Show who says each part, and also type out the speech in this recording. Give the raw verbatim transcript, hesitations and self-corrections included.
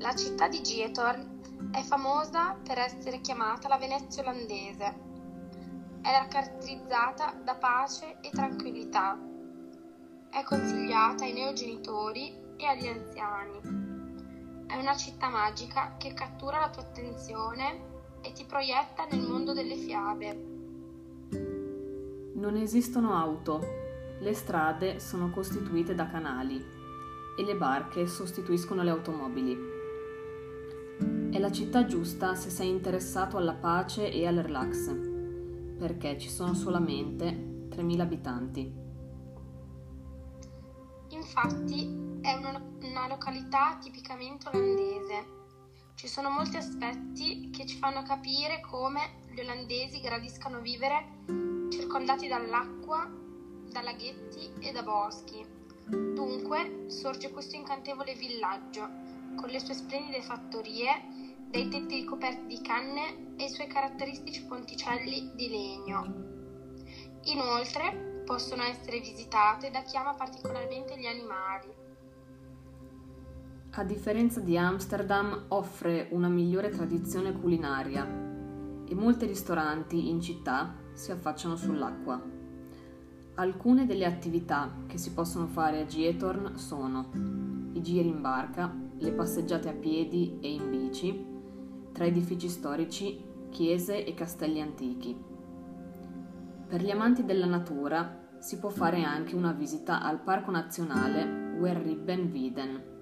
Speaker 1: La città di Giethoorn è famosa per essere chiamata la Venezia olandese. È caratterizzata da pace e tranquillità. È consigliata ai neogenitori e agli anziani. È una città magica che cattura la tua attenzione e ti proietta nel mondo delle fiabe.
Speaker 2: Non esistono auto, le strade sono costituite da canali e le barche sostituiscono le automobili. È la città giusta se sei interessato alla pace e al relax, perché ci sono solamente tremila abitanti.
Speaker 1: Infatti è una, una località tipicamente olandese. Ci sono molti aspetti che ci fanno capire come gli olandesi gradiscano vivere circondati dall'acqua, da laghetti e da boschi. Dunque sorge questo incantevole villaggio, con le sue splendide fattorie, dai tetti ricoperti di canne e i suoi caratteristici ponticelli di legno. Inoltre possono essere visitate da chi ama particolarmente gli animali.
Speaker 2: A differenza di Amsterdam, offre una migliore tradizione culinaria e molti ristoranti in città si affacciano sull'acqua. Alcune delle attività che si possono fare a Giethoorn sono i giri in barca, le passeggiate a piedi e in bici, tra edifici storici, chiese e castelli antichi. Per gli amanti della natura si può fare anche una visita al Parco Nazionale Weerribben-Wieden.